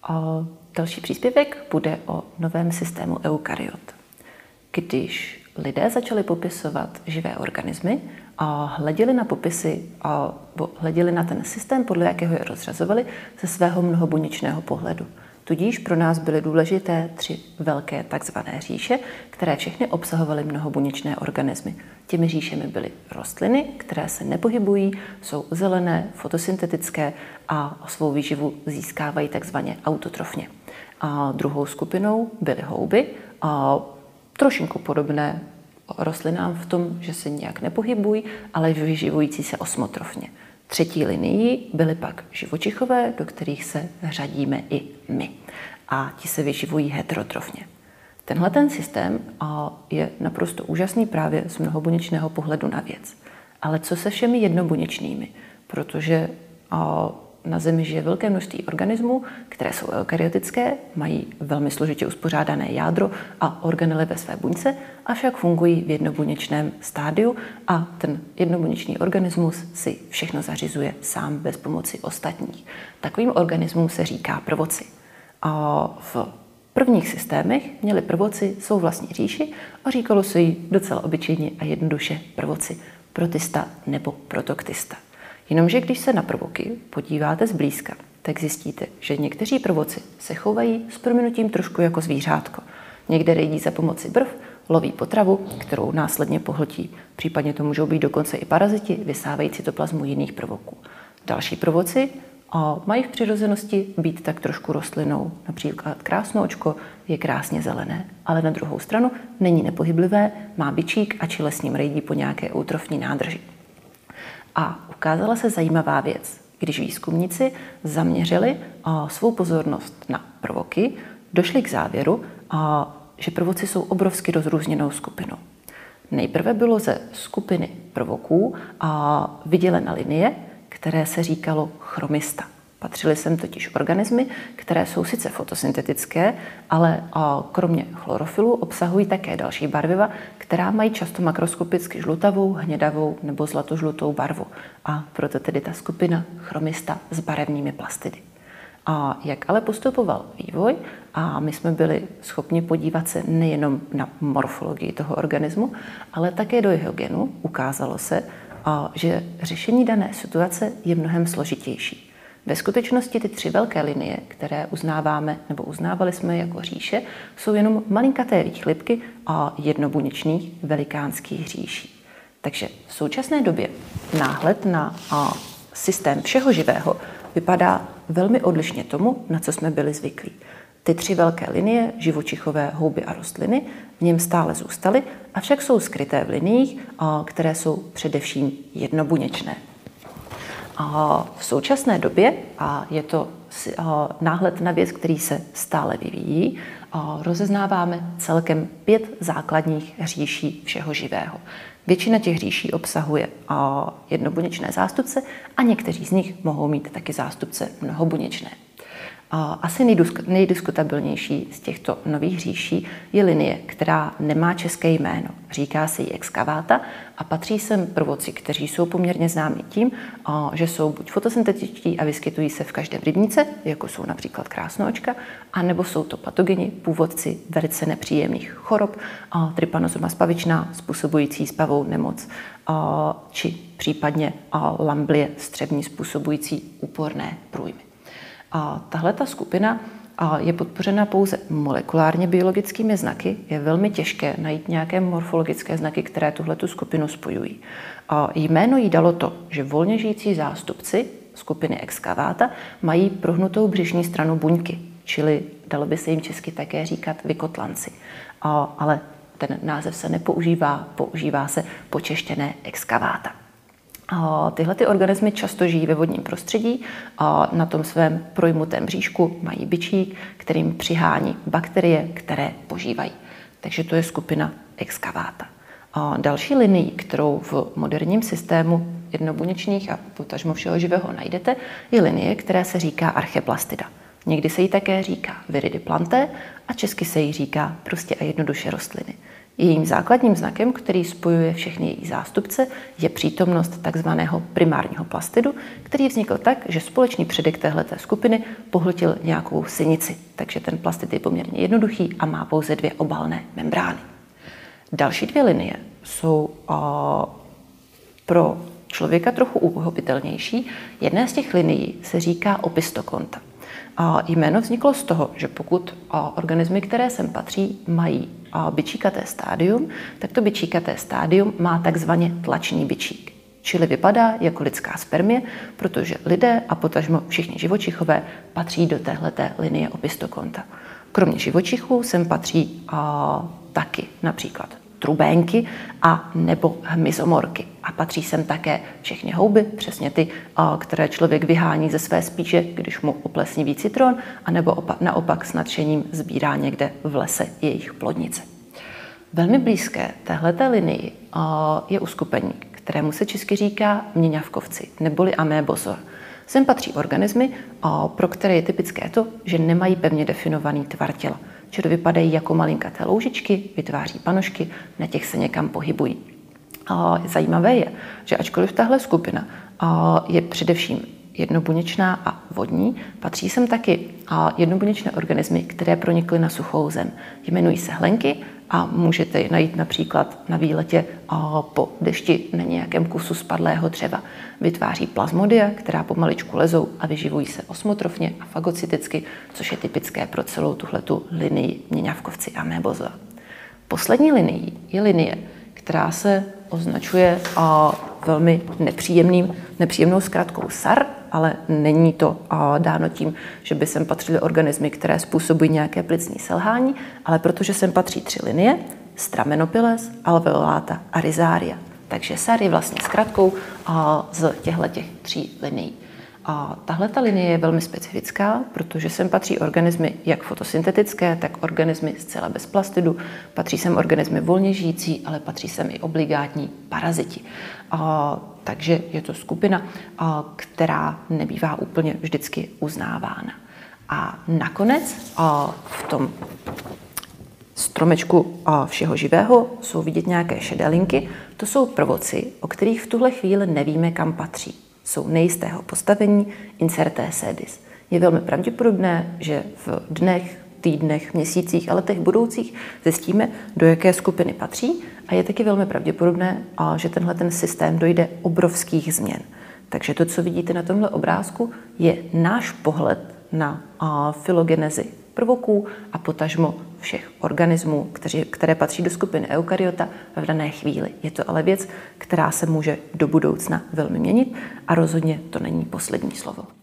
A další příspěvek bude o novém systému eukaryot. Když lidé začali popisovat živé organismy a hleděli na popisy a hleděli na ten systém, podle jakého je rozřazovali, ze svého mnohobuněčného pohledu. Tudíž pro nás byly důležité 3 velké takzvané říše, které všechny obsahovaly mnohobuněčné organismy. Těmi říšemi byly rostliny, které se nepohybují, jsou zelené, fotosyntetické a svou výživu získávají takzvaně autotrofně. A druhou skupinou byly houby, a trošinku podobné rostlinám v tom, že se nijak nepohybují, ale vyživující se osmotrofně. Třetí linií byly pak živočichové, do kterých se řadíme i my. A ti se vyživují heterotrofně. Tenhle ten systém je naprosto úžasný právě z mnohobuněčného pohledu na věc. Ale co se všemi jednobuněčnými? Protože na Zemi žije velké množství organismů, které jsou eukaryotické, mají velmi složitě uspořádané jádro a organely ve své buňce, avšak fungují v jednobuněčném stádiu a ten jednobuněčný organismus si všechno zařizuje sám bez pomoci ostatních. Takovým organismům se říká prvoci. A v prvních systémech měli prvoci svou vlastní říši a říkalo se jí docela obyčejně a jednoduše prvoci, protista nebo protoktista. Jenomže když se na prvoky podíváte zblízka, tak zjistíte, že někteří prvoci se chovají s prominutím trošku jako zvířátko. Někde rejdí za pomoci brv, loví potravu, kterou následně pohltí. Případně to můžou být dokonce i paraziti, vysávají cytoplazmu jiných prvoků. Další prvoci mají v přirozenosti být tak trošku rostlinou. Například krásnoočko je krásně zelené, ale na druhou stranu není nepohyblivé, má bičík a čile s ním rejdí po nějaké eutrofní nádrži. A ukázala se zajímavá věc. Když výzkumníci zaměřili svou pozornost na prvoky, došli k závěru, že prvoci jsou obrovsky rozrůzněnou skupinou. Nejprve bylo ze skupiny prvoků vydělena linie, které se říkalo chromista. Patřily sem totiž organismy, které jsou sice fotosyntetické, ale kromě chlorofilu obsahují také další barviva, která mají často makroskopicky žlutavou, hnědavou nebo zlatožlutou barvu. A proto tedy ta skupina chromista s barevnými plastidy. A jak ale postupoval vývoj, a my jsme byli schopni podívat se nejenom na morfologii toho organismu, ale také do jeho genu, ukázalo se, že řešení dané situace je mnohem složitější. Ve skutečnosti ty 3 velké linie, které uznáváme nebo uznávali jsme jako říše, jsou jenom malinkaté výchlipky a jednobuněčných velikánských říší. Takže v současné době náhled na systém všeho živého vypadá velmi odlišně tomu, na co jsme byli zvyklí. Ty 3 velké linie, živočichové, houby a rostliny, v něm stále zůstaly, avšak jsou skryté v liniích, které jsou především jednobuněčné. V současné době, a je to náhled na věc, který se stále vyvíjí, rozeznáváme celkem 5 základních říší všeho živého. Většina těch říší obsahuje jednobuněčné zástupce a někteří z nich mohou mít taky zástupce mnohobuněčné. Asi nejdiskutabilnější z těchto nových říší je linie, která nemá české jméno. Říká se jí excavata a patří sem prvoci, kteří jsou poměrně známí tím, že jsou buď fotosyntetičtí a vyskytují se v každém rybníce, jako jsou například krásnoočka, anebo jsou to patogeni, původci velice nepříjemných chorob, Trypanosoma spavičná, způsobující spavou nemoc, či případně lamblie střevní, způsobující úporné průjmy. A tahleta skupina je podpořena pouze molekulárně biologickými znaky. Je velmi těžké najít nějaké morfologické znaky, které tuhletu skupinu spojují. Jméno jí dalo to, že volně žijící zástupci skupiny excavata mají prohnutou břišní stranu buňky, čili dalo by se jim česky také říkat vykotlanci. Ale ten název se nepoužívá, používá se počeštěné excavata. Tyhle ty organismy často žijí ve vodním prostředí a na tom svém projmutém bříšku mají bičík, kterým přihání bakterie, které požívají. Takže to je skupina excavata. Další linií, kterou v moderním systému jednobuněčných a potažmo všeho živého najdete, je linie, která se říká archeplastida. Někdy se jí také říká viridiplanté a česky se jí říká prostě a jednoduše rostliny. Jejím základním znakem, který spojuje všechny její zástupce, je přítomnost takzvaného primárního plastidu, který vznikl tak, že společný předek téhleté skupiny pohltil nějakou sinici. Takže ten plastid je poměrně jednoduchý a má pouze 2 obálné membrány. Další 2 linie jsou pro člověka trochu uchopitelnější. Jedné z těch linií se říká opistokonta. Jméno vzniklo z toho, že pokud organismy, které sem patří, mají bičíkaté stádium, tak to bičíkaté stádium má takzvaně tlačný bičík. Čili vypadá jako lidská spermie, protože lidé a potažmo všichni živočichové patří do téhleté linie opistokonta. Kromě živočichů sem patří taky například trubénky a nebo hmyzomorky. A patří sem také všechny houby, přesně ty, které člověk vyhání ze své spíže, když mu oplesniví citron, anebo naopak s nadšením sbírá někde v lese jejich plodnice. Velmi blízké téhleté linii je uskupení, kterému se česky říká měňavkovci, neboli amébozor. Sem patří organismy, pro které je typické to, že nemají pevně definovaný tvar těla. Čili vypadají jako malinkaté loužičky, vytváří panožky, na těch se někam pohybují. Zajímavé je, že ačkoliv tahle skupina je především jednobuněčná a vodní, patří sem taky jednobuněčné organismy, které pronikly na suchou zem. Jmenují se hlenky a můžete je najít například na výletě po dešti na nějakém kusu spadlého dřeva. Vytváří plazmodia, která pomaličku lezou a vyživují se osmotrofně a fagocyticky, což je typické pro celou tuhletu linii měňavkovci amébozor. Poslední linií je linie, která se označuje velmi nepříjemnou zkratkou SAR, ale není to dáno tím, že by sem patřily organismy, které způsobují nějaké plicní selhání, ale protože sem patří 3 linie, Stramenopiles, Alveolata a Rhizaria. Takže SAR je vlastně zkratkou z těchto 3 linií. Tahleta linie je velmi specifická, protože sem patří organismy jak fotosyntetické, tak organismy zcela bez plastidu. Patří sem organismy volně žijící, ale patří sem i obligátní paraziti. Takže je to skupina, která nebývá úplně vždycky uznávána. A nakonec v tom stromečku všeho živého jsou vidět nějaké šedé linky. To jsou prvoci, o kterých v tuhle chvíli nevíme, kam patří. Jsou nejistého postavení incertae sedis. Je velmi pravděpodobné, že v dnech, týdnech, měsících a letech budoucích zjistíme, do jaké skupiny patří, a je taky velmi pravděpodobné, že ten systém dojde obrovských změn. Takže to, co vidíte na tomhle obrázku, je náš pohled na filogenezi prvoků a potažmo všech organismů, které patří do skupiny eukaryota v dané chvíli. Je to ale věc, která se může do budoucna velmi měnit a rozhodně to není poslední slovo.